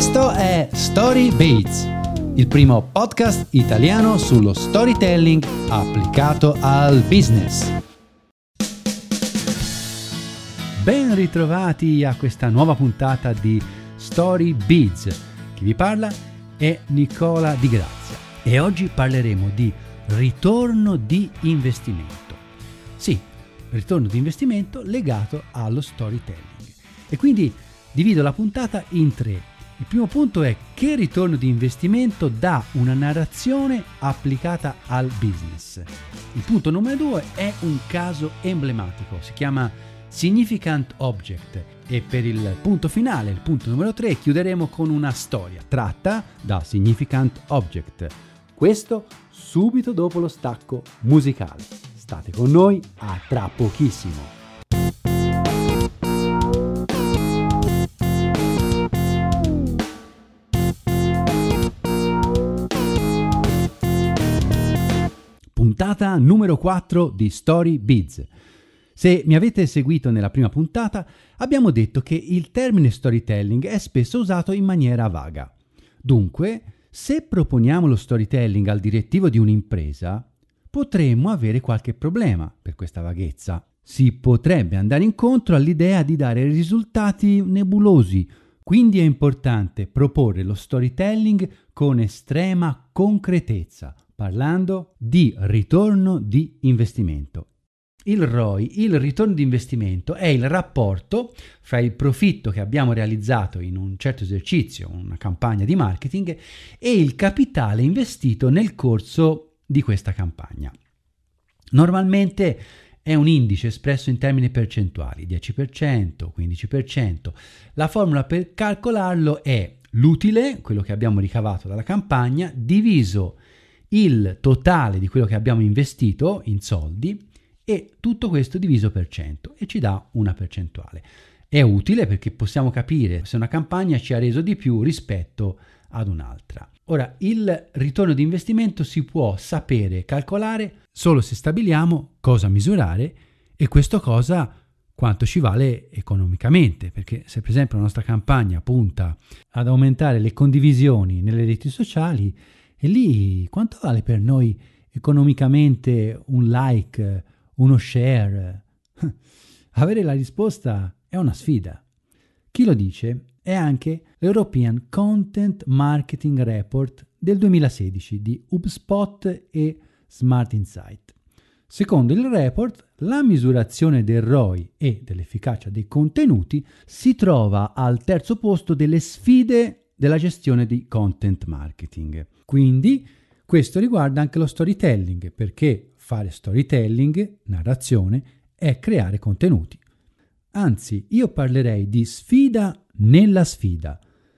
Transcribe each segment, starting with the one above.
Questo è Story Beats, il primo podcast italiano sullo storytelling applicato al business. Ben ritrovati a questa nuova puntata di Story Beats. Chi vi parla è Nicola Di Grazia e oggi parleremo di ritorno di investimento. Sì, ritorno di investimento legato allo storytelling. E quindi divido la puntata in tre. Il primo punto è che ritorno di investimento dà una narrazione applicata al business. Il punto numero 2 è un caso emblematico, si chiama Significant Object, e per il punto finale, il punto numero 3, chiuderemo con una storia tratta da Significant Object. Questo subito dopo lo stacco musicale. State con noi, a tra pochissimo. Puntata numero 4 di Story Beats. Se mi avete seguito nella prima puntata, abbiamo detto che il termine storytelling è spesso usato in maniera vaga. Dunque, se proponiamo lo storytelling al direttivo di un'impresa, potremmo avere qualche problema per questa vaghezza. Si potrebbe andare incontro all'idea di dare risultati nebulosi, quindi è importante proporre lo storytelling con estrema concretezza, parlando di ritorno di investimento. Il ROI, il ritorno di investimento, è il rapporto fra il profitto che abbiamo realizzato in un certo esercizio, una campagna di marketing, e il capitale investito nel corso di questa campagna. Normalmente è un indice espresso in termini percentuali, 10%, 15%. La formula per calcolarlo è l'utile, quello che abbiamo ricavato dalla campagna, diviso il totale di quello che abbiamo investito in soldi e tutto questo diviso per 100 e ci dà una percentuale. È utile perché possiamo capire se una campagna ci ha reso di più rispetto ad un'altra. Ora, il ritorno di investimento si può sapere calcolare solo se stabiliamo cosa misurare e questo cosa quanto ci vale economicamente, perché se per esempio la nostra campagna punta ad aumentare le condivisioni nelle reti sociali, e lì quanto vale per noi economicamente un like, uno share? Avere la risposta è una sfida. Chi lo dice è anche l'European Content Marketing Report del 2016 di HubSpot e Smart Insight. Secondo il report, la misurazione del ROI e dell'efficacia dei contenuti si trova al terzo posto delle sfide della gestione di content marketing. Quindi questo riguarda anche lo storytelling, perché fare storytelling, narrazione, è creare contenuti. Anzi, io parlerei di sfida nella sfida,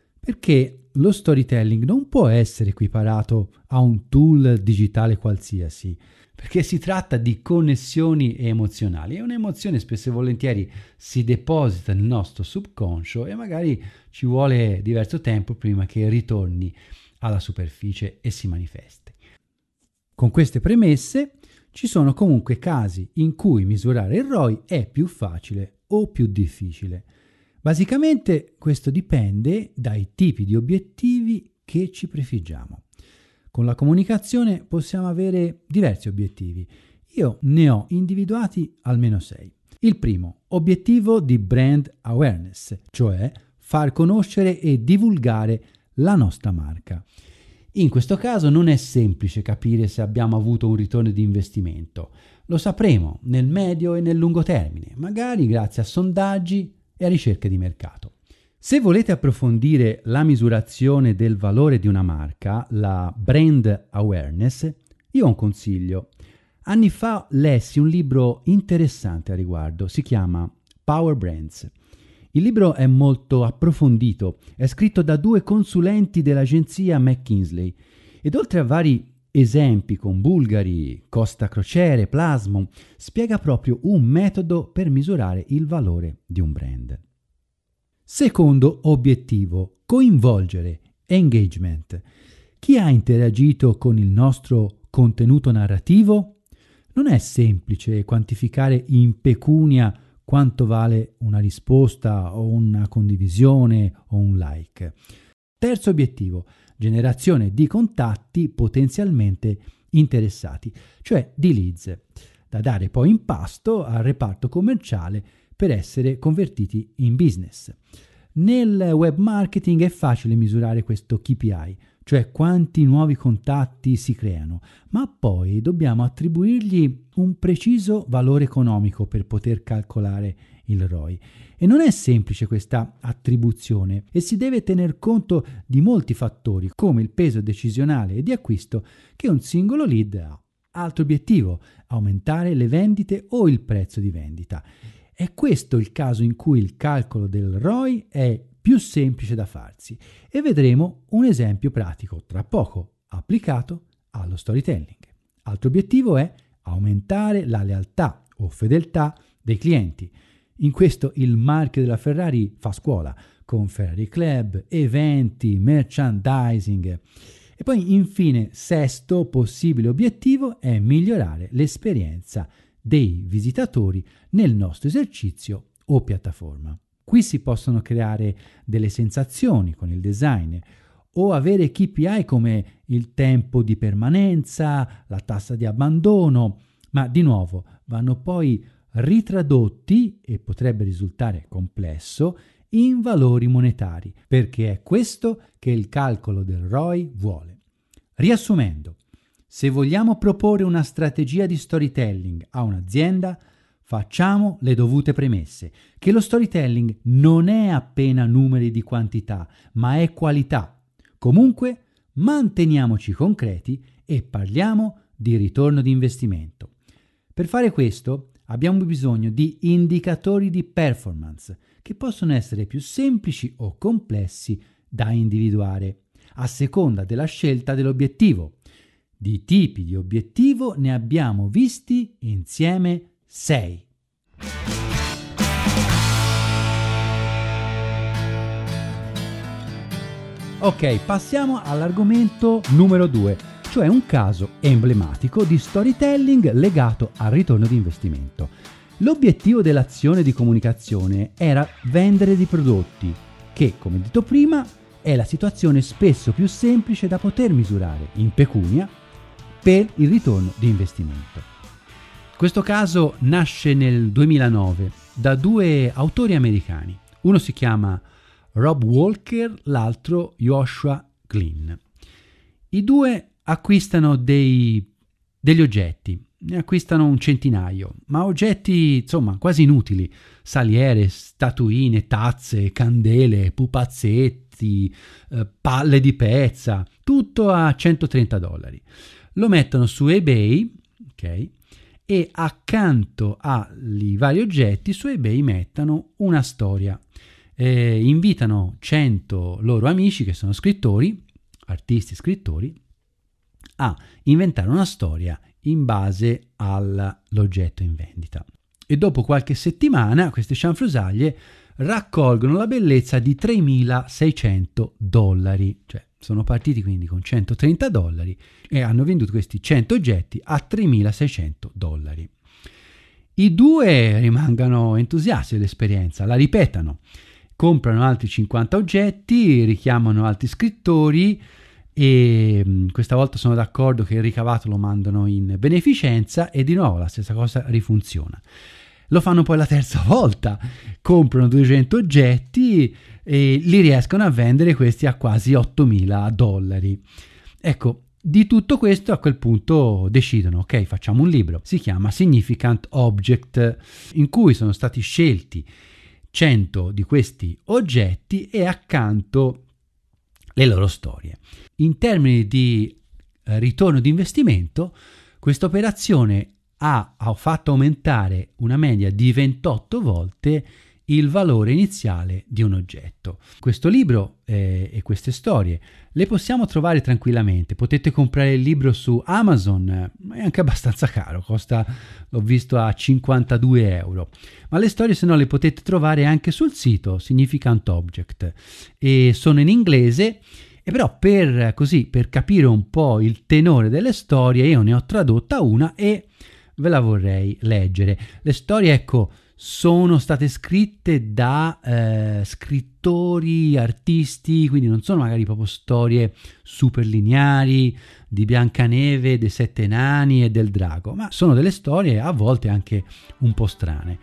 perché lo storytelling non può essere equiparato a un tool digitale qualsiasi, perché si tratta di connessioni emozionali e un'emozione spesso e volentieri si deposita nel nostro subconscio e magari ci vuole diverso tempo prima che ritorni alla superficie e si manifesti. Con queste premesse ci sono comunque casi in cui misurare il ROI è più facile o più difficile. Basicamente questo dipende dai tipi di obiettivi che ci prefiggiamo. Con la comunicazione possiamo avere diversi obiettivi. Io ne ho individuati almeno 6. Il primo, obiettivo di brand awareness, cioè far conoscere e divulgare la nostra marca. In questo caso non è semplice capire se abbiamo avuto un ritorno di investimento. Lo sapremo nel medio e nel lungo termine, magari grazie a sondaggi e a ricerche di mercato. Se volete approfondire la misurazione del valore di una marca, la brand awareness, io ho un consiglio. Anni fa lessi un libro interessante a riguardo, si chiama Power Brands. Il libro è molto approfondito, è scritto da 2 consulenti dell'agenzia McKinsey ed oltre a vari esempi con Bulgari, Costa Crociere, Plasmon, spiega proprio un metodo per misurare il valore di un brand. Secondo obiettivo, coinvolgere, engagement. Chi ha interagito con il nostro contenuto narrativo? Non è semplice quantificare in pecunia quanto vale una risposta o una condivisione o un like. Terzo obiettivo, generazione di contatti potenzialmente interessati, cioè di leads, da dare poi in pasto al reparto commerciale per essere convertiti in business. Nel web marketing è facile misurare questo KPI, cioè quanti nuovi contatti si creano, ma poi dobbiamo attribuirgli un preciso valore economico per poter calcolare il ROI. E non è semplice questa attribuzione e si deve tener conto di molti fattori, come il peso decisionale e di acquisto che un singolo lead ha. Altro obiettivo, aumentare le vendite o il prezzo di vendita. È questo il caso in cui il calcolo del ROI è più semplice da farsi e vedremo un esempio pratico tra poco applicato allo storytelling. Altro obiettivo è aumentare la lealtà o fedeltà dei clienti. In questo il marchio della Ferrari fa scuola con Ferrari Club, eventi, merchandising. E poi infine, sesto possibile obiettivo è migliorare l'esperienza dei visitatori nel nostro esercizio o piattaforma. Qui si possono creare delle sensazioni con il design o avere KPI come il tempo di permanenza, la tassa di abbandono, ma di nuovo vanno poi ritradotti, e potrebbe risultare complesso, in valori monetari, perché è questo che il calcolo del ROI vuole. Riassumendo, se vogliamo proporre una strategia di storytelling a un'azienda, facciamo le dovute premesse, che lo storytelling non è appena numeri di quantità, ma è qualità. Comunque, manteniamoci concreti e parliamo di ritorno di investimento. Per fare questo abbiamo bisogno di indicatori di performance, che possono essere più semplici o complessi da individuare, a seconda della scelta dell'obiettivo. Di tipi di obiettivo ne abbiamo visti insieme 6. Ok, passiamo all'argomento numero 2, cioè un caso emblematico di storytelling legato al ritorno di investimento. L'obiettivo dell'azione di comunicazione era vendere dei prodotti, che, come detto prima, è la situazione spesso più semplice da poter misurare in pecunia per il ritorno di investimento. Questo caso nasce nel 2009 da due autori americani. Uno si chiama Rob Walker, l'altro Joshua Glynn. I due acquistano degli oggetti, ne acquistano un centinaio, ma oggetti insomma quasi inutili: saliere, statuine, tazze, candele, pupazzetti, palle di pezza, tutto a $130. Lo mettono su eBay, ok? E accanto ai vari oggetti su eBay mettono una storia. Invitano 100 loro amici che sono scrittori, artisti scrittori, a inventare una storia in base all'oggetto in vendita. E dopo qualche settimana queste cianfrusaglie raccolgono la bellezza di $3.600, cioè sono partiti quindi con $130 e hanno venduto questi 100 oggetti a $3.600. I due rimangono entusiasti dell'esperienza, la ripetano, comprano altri 50 oggetti, richiamano altri scrittori e questa volta sono d'accordo che il ricavato lo mandano in beneficenza e di nuovo la stessa cosa rifunziona. Lo fanno poi la terza volta, comprano 200 oggetti e li riescono a vendere questi a quasi $8.000. Ecco, di tutto questo a quel punto decidono, ok, facciamo un libro, si chiama Significant Object, in cui sono stati scelti 100 di questi oggetti e accanto le loro storie. In termini di ritorno di investimento, questa operazione ha fatto aumentare una media di 28 volte il valore iniziale di un oggetto. Questo libro e queste storie le possiamo trovare tranquillamente. Potete comprare il libro su Amazon, è anche abbastanza caro, costa, l'ho visto, a €52. Ma le storie se no le potete trovare anche sul sito Significant Object e sono in inglese. E però per capire un po' il tenore delle storie io ne ho tradotta una e ve la vorrei leggere. Le storie, ecco, sono state scritte da scrittori, artisti, quindi non sono magari proprio storie super lineari di Biancaneve, dei Sette Nani e del Drago, ma sono delle storie a volte anche un po' strane.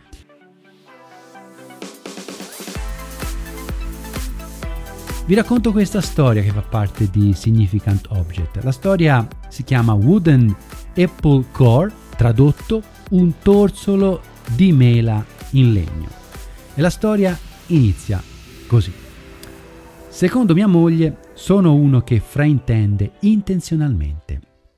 Vi racconto questa storia che fa parte di Significant Object. La storia si chiama Wooden Apple Core, tradotto un torsolo di mela in legno. E la storia inizia così. Secondo mia moglie sono uno che fraintende intenzionalmente,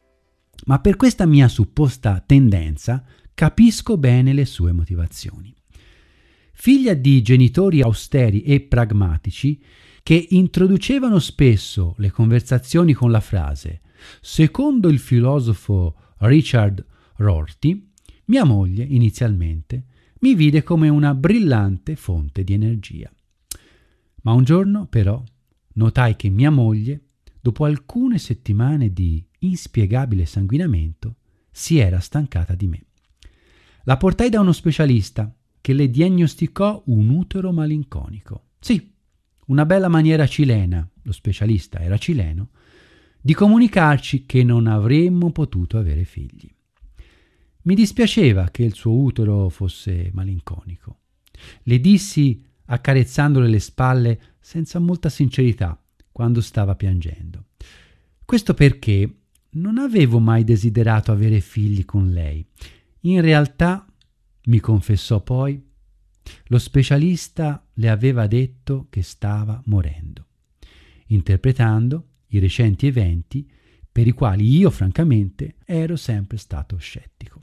ma per questa mia supposta tendenza capisco bene le sue motivazioni. Figlia di genitori austeri e pragmatici che introducevano spesso le conversazioni con la frase «secondo il filosofo Richard Rorty», mia moglie inizialmente mi vide come una brillante fonte di energia. Ma un giorno, però, notai che mia moglie, dopo alcune settimane di inspiegabile sanguinamento, si era stancata di me. La portai da uno specialista che le diagnosticò un utero malinconico. Sì, una bella maniera cilena, lo specialista era cileno, di comunicarci che non avremmo potuto avere figli. Mi dispiaceva che il suo utero fosse malinconico. Le dissi, accarezzandole le spalle senza molta sincerità, quando stava piangendo. Questo perché non avevo mai desiderato avere figli con lei. In realtà, mi confessò poi, lo specialista le aveva detto che stava morendo, interpretando i recenti eventi per i quali io francamente ero sempre stato scettico.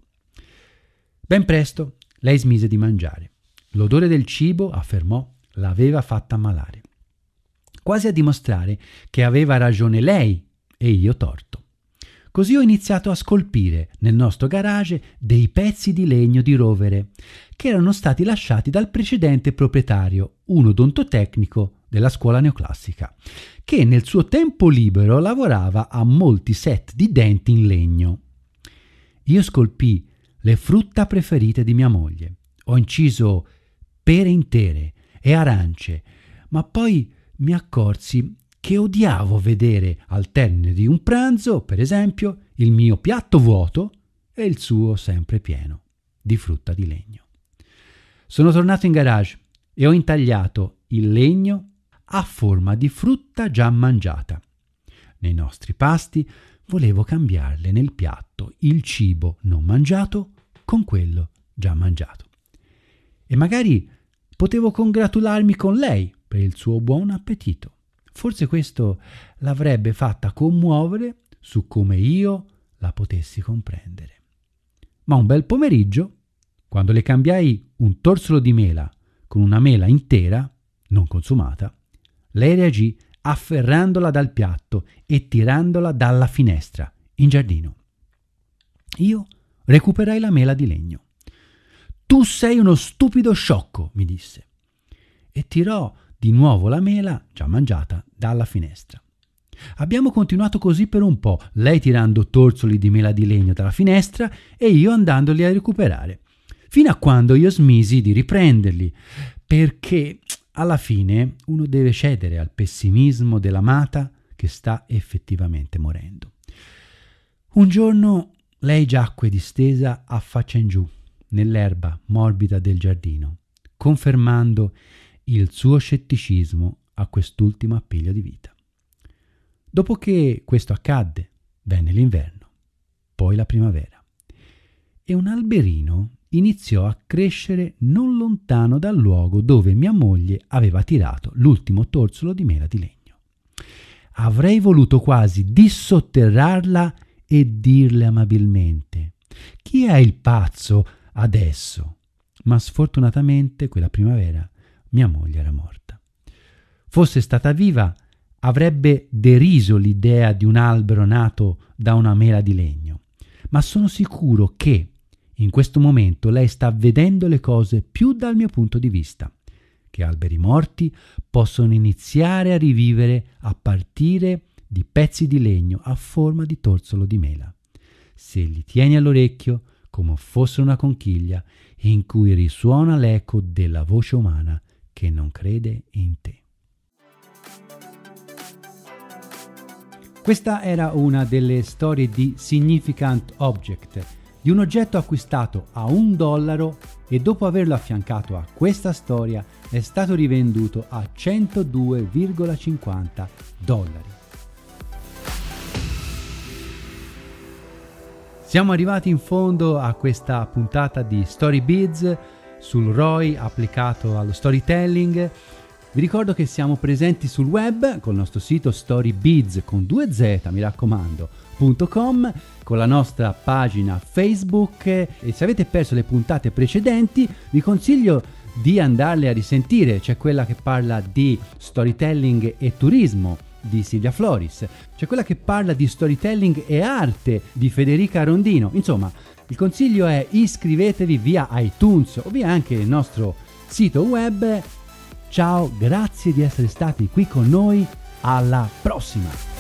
Ben presto lei smise di mangiare. L'odore del cibo, affermò, l'aveva fatta ammalare, quasi a dimostrare che aveva ragione lei e io torto. Così ho iniziato a scolpire nel nostro garage dei pezzi di legno di rovere che erano stati lasciati dal precedente proprietario, un odontotecnico della scuola neoclassica, che nel suo tempo libero lavorava a molti set di denti in legno. Io scolpii le frutta preferite di mia moglie. Ho inciso pere intere e arance, ma poi mi accorsi che odiavo vedere al termine di un pranzo, per esempio, il mio piatto vuoto e il suo sempre pieno di frutta di legno. Sono tornato in garage e ho intagliato il legno a forma di frutta già mangiata. Nei nostri pasti volevo cambiarle nel piatto il cibo non mangiato con quello già mangiato. E magari potevo congratularmi con lei per il suo buon appetito. Forse questo l'avrebbe fatta commuovere su come io la potessi comprendere. Ma un bel pomeriggio, quando le cambiai un torsolo di mela con una mela intera, non consumata, lei reagì afferrandola dal piatto e tirandola dalla finestra in giardino. Io recuperai la mela di legno. «Tu sei uno stupido sciocco», mi disse, e tirò di nuovo la mela, già mangiata, dalla finestra. Abbiamo continuato così per un po', lei tirando torsoli di mela di legno dalla finestra e io andandoli a recuperare, fino a quando io smisi di riprenderli, perché alla fine uno deve cedere al pessimismo dell'amata che sta effettivamente morendo. Un giorno lei giacque distesa a faccia in giù, nell'erba morbida del giardino, confermando il suo scetticismo a quest'ultimo appiglio di vita. Dopo che questo accadde, venne l'inverno, poi la primavera, e un alberino iniziò a crescere non lontano dal luogo dove mia moglie aveva tirato l'ultimo torsolo di mela di legno. Avrei voluto quasi dissotterrarla e dirle amabilmente: «Chi è il pazzo adesso?» Ma sfortunatamente quella primavera mia moglie era morta. Fosse stata viva, avrebbe deriso l'idea di un albero nato da una mela di legno, ma sono sicuro che in questo momento lei sta vedendo le cose più dal mio punto di vista, che alberi morti possono iniziare a rivivere a partire di pezzi di legno a forma di torsolo di mela, se li tieni all'orecchio come fosse una conchiglia in cui risuona l'eco della voce umana che non crede in te. Questa era una delle storie di Significant Object, di un oggetto acquistato a $1 e dopo averlo affiancato a questa storia è stato rivenduto a $102,50. Siamo arrivati in fondo a questa puntata di StoryBiz sul ROI applicato allo storytelling. Vi ricordo che siamo presenti sul web col nostro sito storybiz con 2z, mi raccomando, .com, con la nostra pagina Facebook e se avete perso le puntate precedenti vi consiglio di andarle a risentire. C'è quella che parla di storytelling e turismo di Silvia Floris, c'è quella che parla di storytelling e arte di Federica Rondino. Insomma, il consiglio è iscrivetevi via iTunes o via anche il nostro sito web. Ciao, grazie di essere stati qui con noi, alla prossima!